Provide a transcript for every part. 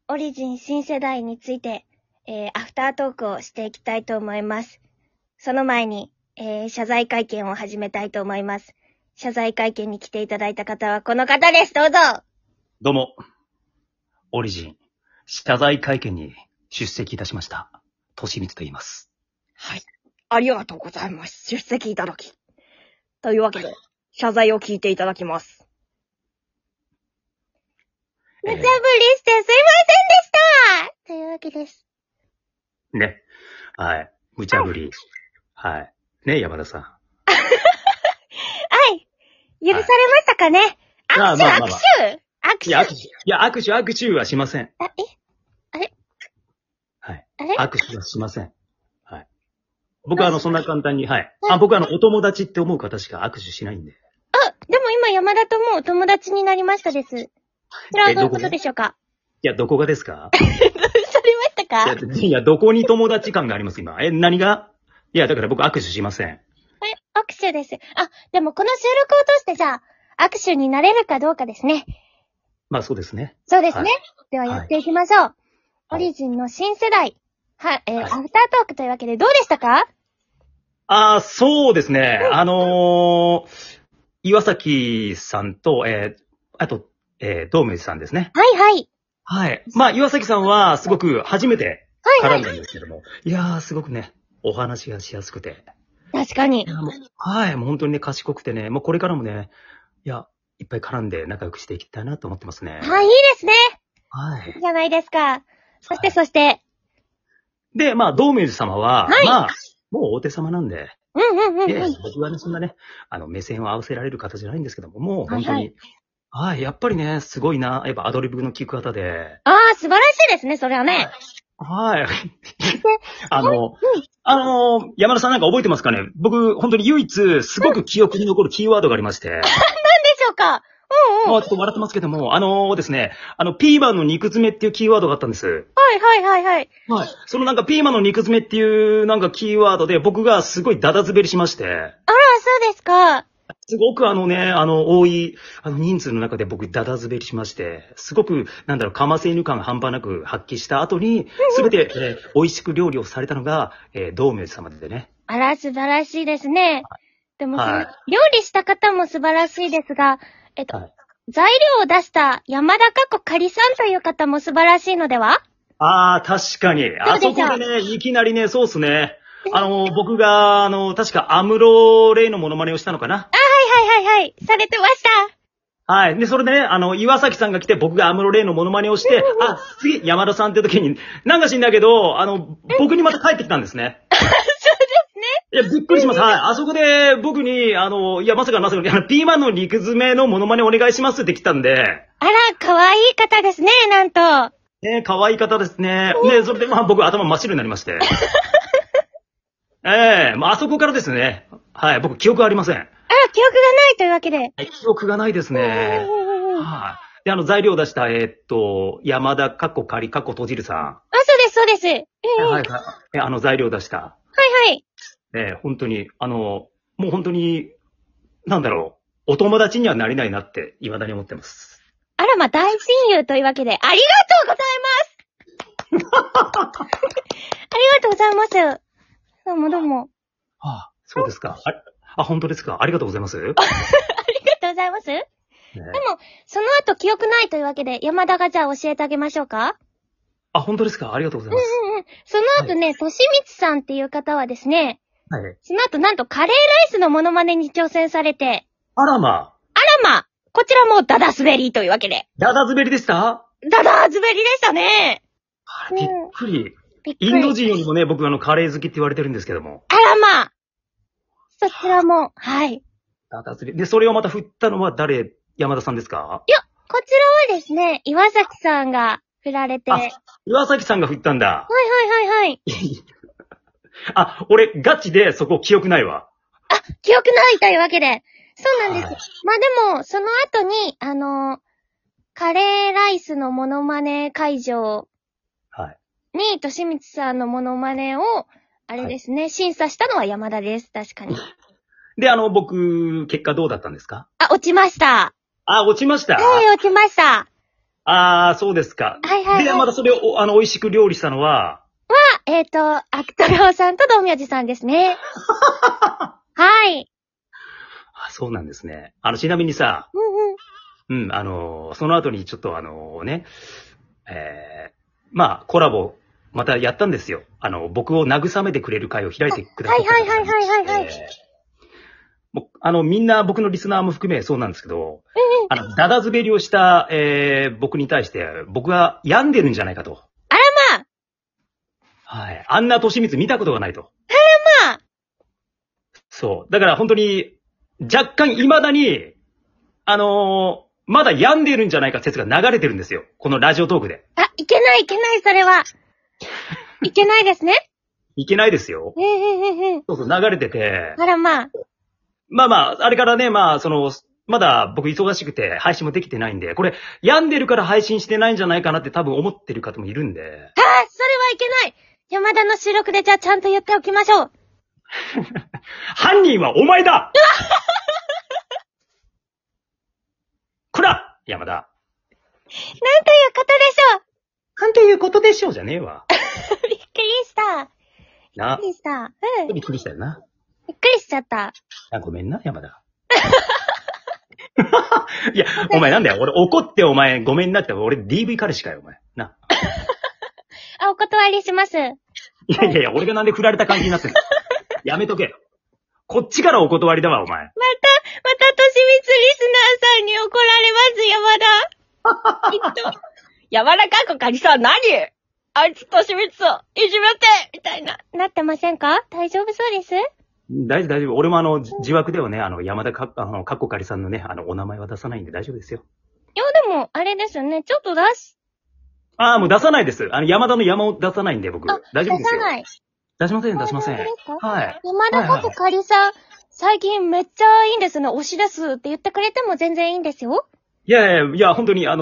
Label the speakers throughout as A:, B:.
A: オリジン新世代について、アフタートークをしていきたいと思います。その前に、謝罪会見を始めたいと思います。謝罪会見に来ていただいた方はこの方です。どうぞ。
B: どうも、オリジン、謝罪会見に出席いたしました。としみつと言います。
A: はい。ありがとうございます。出席いただき。というわけで、謝罪を聞いていただきます。無茶ぶりしてすいませんでしたというわけです。
B: ね。はい。無茶ぶり。はい。ね、山田さん。
A: はい。許されましたかね、
B: はい、
A: 握手
B: 握手はしません。
A: あれ
B: はい。
A: あれ
B: 握手はしません。はい。僕はそんな簡単に、はい。僕はお友達って思う方しか握手しないんで。
A: でも今山田ともう友達になりましたです。それはどういうことでしょうか？
B: いや、どこがですか？
A: どうされましたか？
B: いや、どこに友達感があります、今。何が？いや、だから僕握手しません。
A: 握手です。でもこの収録を通してじゃあ、握手になれるかどうかですね。
B: まあそうですね。
A: そうですね。はい、ではやっていきましょう。はい、オリジンの新世代。はい、アフタートークというわけでどうでしたか？
B: そうですね。岩崎さんと、あと、道明寺さんですね。
A: はいはい。
B: はい。まあ、岩崎さんはすごく初めて絡んだんですけども。いやー、すごくね、お話がしやすくて。
A: 確かに。
B: はい。もう本当にね、賢くてね、もうこれからもね、いっぱい絡んで仲良くしていきたいなと思ってますね。
A: はい、いいですね。
B: はい。
A: じゃないですか。そして。
B: で、まあ、道明寺様は、
A: はい、
B: まあ、もう大手様なんで。
A: うん。
B: 僕はね、そんなね、目線を合わせられる方じゃないんですけども、もう本当に、はい、やっぱりね、すごいな、やっぱアドリブの聞く方で。
A: 素晴らしいですね、それはね。
B: はい。山田さんなんか覚えてますかね？僕、本当に唯一、すごく記憶に残るキーワードがありまして。何でし
A: ょうか？
B: ちょっと笑ってますけども、ですね、ピーマンの肉詰めっていうキーワードがあったんです。
A: はい。はい。
B: そのなんかピーマンの肉詰めっていうなんかキーワードで僕がすごいダダ滑りしまして。
A: そうですか。
B: すごく多い、人数の中で僕、ダダ滑りしまして、すごく、かませ犬感半端なく発揮した後に、すべて、美味しく料理をされたのが、道明寺様でね。
A: 素晴らしいですね。でも、料理した方も素晴らしいですが、材料を出した山田かりさんという方も素晴らしいのでは？
B: 確かに。あそこでね、いきなりね、そうっすね。僕が、確かアムロレイのモノマネをしたのかな。
A: はい。されてました。
B: はい。で、それでね、岩崎さんが来て僕がアムロレイのモノマネをして、次、山田さんって時に、なんか知んだけど、僕にまた帰ってきたんですね。
A: そうです
B: ね。いや、びっくりします。はい。あそこで僕に、まさかピーマンの肉詰めのモノマネお願いしますって来たんで。
A: 可愛い方ですね、なんと。
B: ね、可愛い方ですね。ね、それで僕頭真っ白になりまして。あそこからですね。はい、僕記憶ありません。
A: 記憶がないというわけで。
B: 記憶がないですね。はい。で、材料出した、山田仮閉じるさん。
A: そうです。
B: はい。材料出した。
A: はい。
B: 本当に、もう本当に、お友達にはなれないなって未だに思ってます。
A: 大親友というわけで、ありがとうございますありがとうございます。どうも。
B: そうですか。本当ですか。ありがとうございます。あり
A: がとうございます。でも、その後記憶ないというわけで、山田がじゃあ教えてあげましょうか？
B: 本当ですか。ありがとうございます。
A: その後ね、としみつさんっていう方はですね、
B: はい。
A: その後なんとカレーライスのモノマネに挑戦されて、
B: あらま。
A: こちらもダダ滑りというわけで。
B: ダダ滑りでした？
A: ダダ滑りでしたね。
B: びっくり。インド人よりもね、僕カレー好きって言われてるんですけども。
A: そちらも、はい。
B: ダダ滑り。で、それをまた振ったのは山田さんですか？
A: いや、こちらはですね、岩崎さんが振られて。
B: 岩崎さんが振ったんだ。
A: はい。
B: 俺、ガチでそこ記憶ないわ。
A: 記憶ないというわけで。そうなんです。でも、その後に、カレーライスのモノマネ会場に、としみつさんのモノマネを、あれですね、審査したのは山田です。確かに。
B: で、僕、結果どうだったんですか？
A: 落ちました。
B: 落ちました？
A: はい、落ちました。
B: ああ、そうですか。
A: はいはいはい。
B: で、またそれを、美味しく料理したのは、
A: アクトラオさんと道明寺さんですね。はい。
B: あ、そうなんですね。ちなみにさ、
A: うんうん。
B: その後にちょっとまあ、コラボ、またやったんですよ。僕を慰めてくれる会を開いてくださった方がいまして。
A: はいはいはいはいはいはい。
B: もうみんな僕のリスナーも含めそうなんですけど、
A: うんうん。
B: ダダ滑りをした、僕に対して、僕が病んでるんじゃないかと。
A: あらまあ。
B: はい。あんな年光見たことがないと。
A: まあ。
B: そう。だから本当に、若干未だに、まだ病んでるんじゃないか説が流れてるんですよ。このラジオトークで。
A: あ、いけないいけない、それは。いけないですね。
B: いけないですよ。
A: うん。
B: そうそう、流れてて。
A: あらまあ。
B: まあまあ、あれからね、まだ僕忙しくて配信もできてないんで、これ、病んでるから配信してないんじゃないかなって多分思ってる方もいるんで。
A: それはいけない。山田の収録でじゃあちゃんと言っておきましょう。
B: 犯人はお前だこら山田。
A: なんということでしょう。
B: なんということでしょうじゃねえわ。
A: びっくりした。
B: な。
A: びっくりした。うん。
B: びっくりしたよな。
A: びっくりしちゃった。
B: あ、ごめんな、山田。いや、お前なんだよ。俺怒ってお前ごめんなって、俺 DV 彼氏かよ、お前。な。
A: あ、お断りします。
B: いやいやいや、俺がなんで振られた感じになってんの。やめとけ。こっちからお断りだわ、お前。
A: また、としみつリスナーさんに怒られます、山田。きっと。山田かこかりさん何あいつとしみつをいじめてみたいな。なってませんか？大丈夫そうです？
B: 大丈夫、大丈夫。俺も自枠ではね、山田かっこかりさんのね、お名前は出さないんで大丈夫ですよ。
A: いや、でも、あれですよね。ちょっと出し。
B: ああ、もう出さないです。山田の山を出さないんで、僕。大丈夫ですよ。
A: 出さない。
B: 出しません、出しません。はい。
A: 山田かこかりさん、最近めっちゃいいんですね。推しですって言ってくれても全然いいんですよ。
B: いや、本当に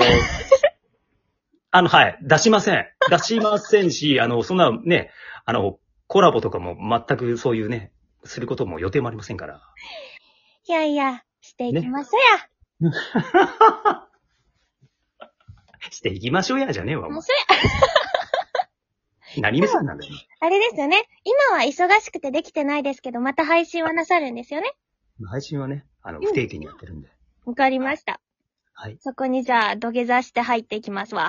B: はい。出しません。出しませんし、そんなね、コラボとかも全くそういうね、することも予定もありませんから。
A: いやいや、していきましょうや。
B: していきましょうや、じゃねえわ、お前。
A: そや。
B: 何目線なんだよ。
A: あれですよね。今は忙しくてできてないですけど、また配信はなさるんですよね。
B: 配信はね、不定期にやってるんで。
A: わかりました。
B: はい。
A: そこにじゃあ、土下座して入っていきますわ。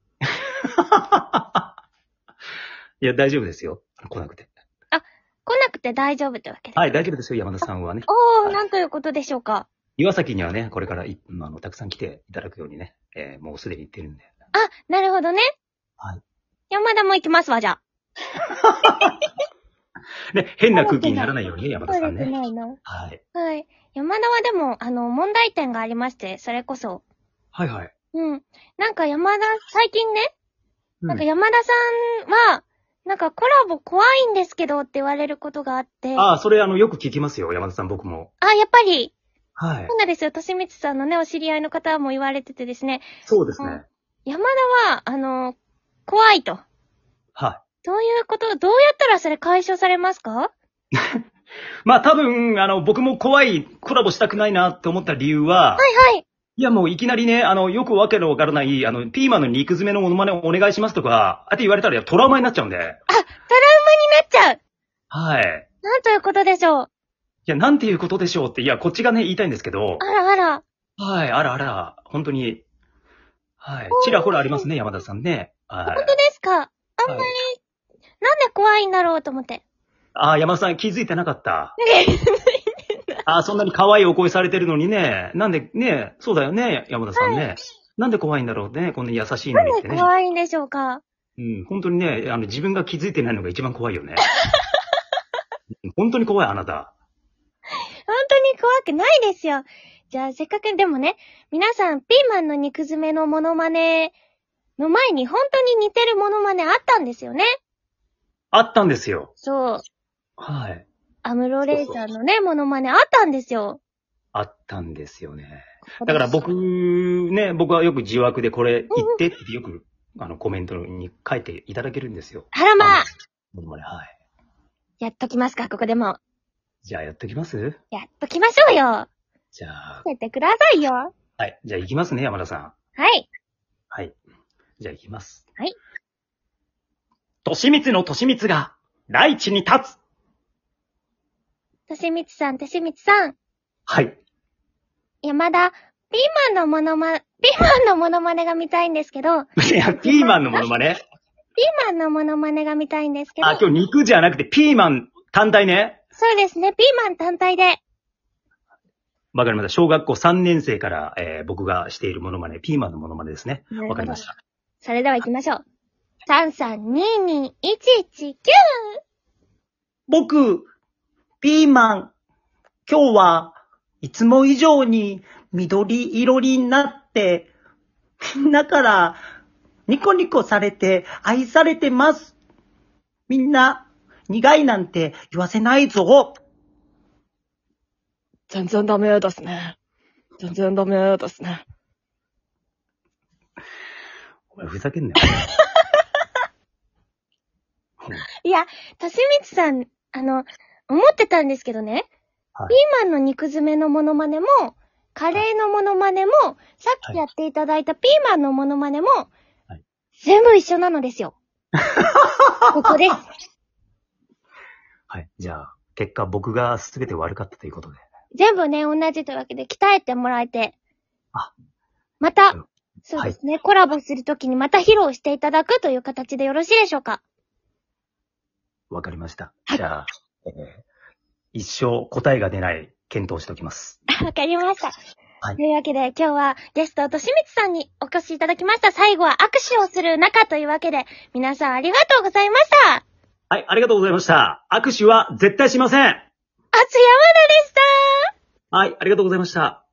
B: いや、大丈夫ですよ。来なくて。
A: あ、来なくて大丈夫ってわけです。
B: はい、大丈夫ですよ、山田さんはね。
A: はい、なんということでしょうか。
B: 岩崎にはね、これからたくさん来ていただくようにね、もうすでに言ってるんで。
A: あ、なるほどね。
B: はい。
A: 山田も行きますわ、じゃ
B: あ。ね、変な空気にならないようにね、山田さんね。
A: ないの。
B: はい。
A: はい。山田はでも、問題点がありまして、それこそ。
B: はいはい。
A: うん。なんか最近ね、なんか山田さんは、なんかコラボ怖いんですけどって言われることがあって。
B: ああ、それよく聞きますよ、山田さん僕も。
A: あ、やっぱり。
B: はい。
A: そうなんですよ。としみつさんのね、お知り合いの方も言われててですね。
B: そうですね。
A: 山田は、怖いと。
B: はい。
A: どういうこと、どうやったらそれ解消されますか？
B: まあ多分、僕も怖いコラボしたくないなって思った理由は、
A: はいはい。
B: いやもういきなりね、よくわけのわからない、ピーマンの肉詰めのモノマネをお願いしますとか、って言われたらトラウマになっちゃうんで。
A: あ、トラウマになっちゃう。
B: はい。
A: なんということでしょう。
B: いや、なんていうことでしょうって、いや、こっちがね、言いたいんですけど。
A: あらあら。
B: はい、あらあら、本当に。はい。ちらほらありますね、山田さんね。はい。
A: 本当ですか？あんまり、なんで怖いんだろうと思って。
B: ああ、山田さん気づいてなかった。ああ、そんなに可愛いお声されてるのにね。なんで、ね、そうだよね、山田さんね。はい、なんで怖いんだろうね、こんな優しいのにってね。
A: なんで怖いんでしょうか？
B: うん、本当にね、自分が気づいてないのが一番怖いよね。本当に怖い、あなた。
A: 本当に怖くないですよ。じゃあ、せっかく、でもね、皆さん、ピーマンの肉詰めのモノマネの前に本当に似てるモノマネあったんですよね。
B: あったんですよ。
A: そう。
B: はい。
A: アムロレイさんのね、モノマネあったんですよ。
B: あったんですよね。だから僕はよく自枠でこれ言ってってよく、コメントに書いていただけるんですよ。
A: あらまあ。
B: モノマネ、はい。
A: やっときますか、ここでも。
B: じゃあやっときます？
A: やっときましょうよ。
B: じゃあ。
A: やってくださいよ。
B: はい。じゃあ行きますね、山田さん。
A: はい。
B: じゃあ行きます。
A: はい。
B: 利光の利光が、大地に立つ。
A: 利光さん。
B: はい。
A: いや、まだ、ピーマンのモノマネが見たいんですけど。い
B: や、ピーマンのモノマネ
A: ピーマンのモノマネが見たいんですけど。
B: 今日肉じゃなくてピーマン単体ね。
A: そうですね、ピーマン単体で。
B: わかりました。小学校3年生から、僕がしているモノマネ、ピーマンのモノマネですね。わかりました。
A: それでは行きましょう。3322-119。
C: 僕、ピーマン、今日はいつも以上に緑色になって、みんなからニコニコされて愛されてます。みんな、苦いなんて言わせないぞ。
D: 全然ダメですね。全然ダメですね。
B: お前ふざけんなよ。
A: いや、利光さん、思ってたんですけどね。はい、ピーマンの肉詰めのモノマネも、カレーのモノマネも、さっきやっていただいたピーマンのモノマネも、はい、全部一緒なのですよ。ここです。
B: はい。じゃあ、結果僕が全て悪かったということで。
A: 全部ね、同じというわけで鍛えてもらえて。また、そうですね、はい、コラボするときにまた披露していただくという形でよろしいでしょうか？
B: わかりました。じゃあ、一生答えが出ない検討しておきます。
A: わかりました。はい。というわけで今日はゲスト利光さんにお越しいただきました。最後は握手をする中というわけで、皆さんありがとうございました。
B: はい、ありがとうございました。握手は絶対しません。
A: あつやまだでした。
B: はい、ありがとうございました。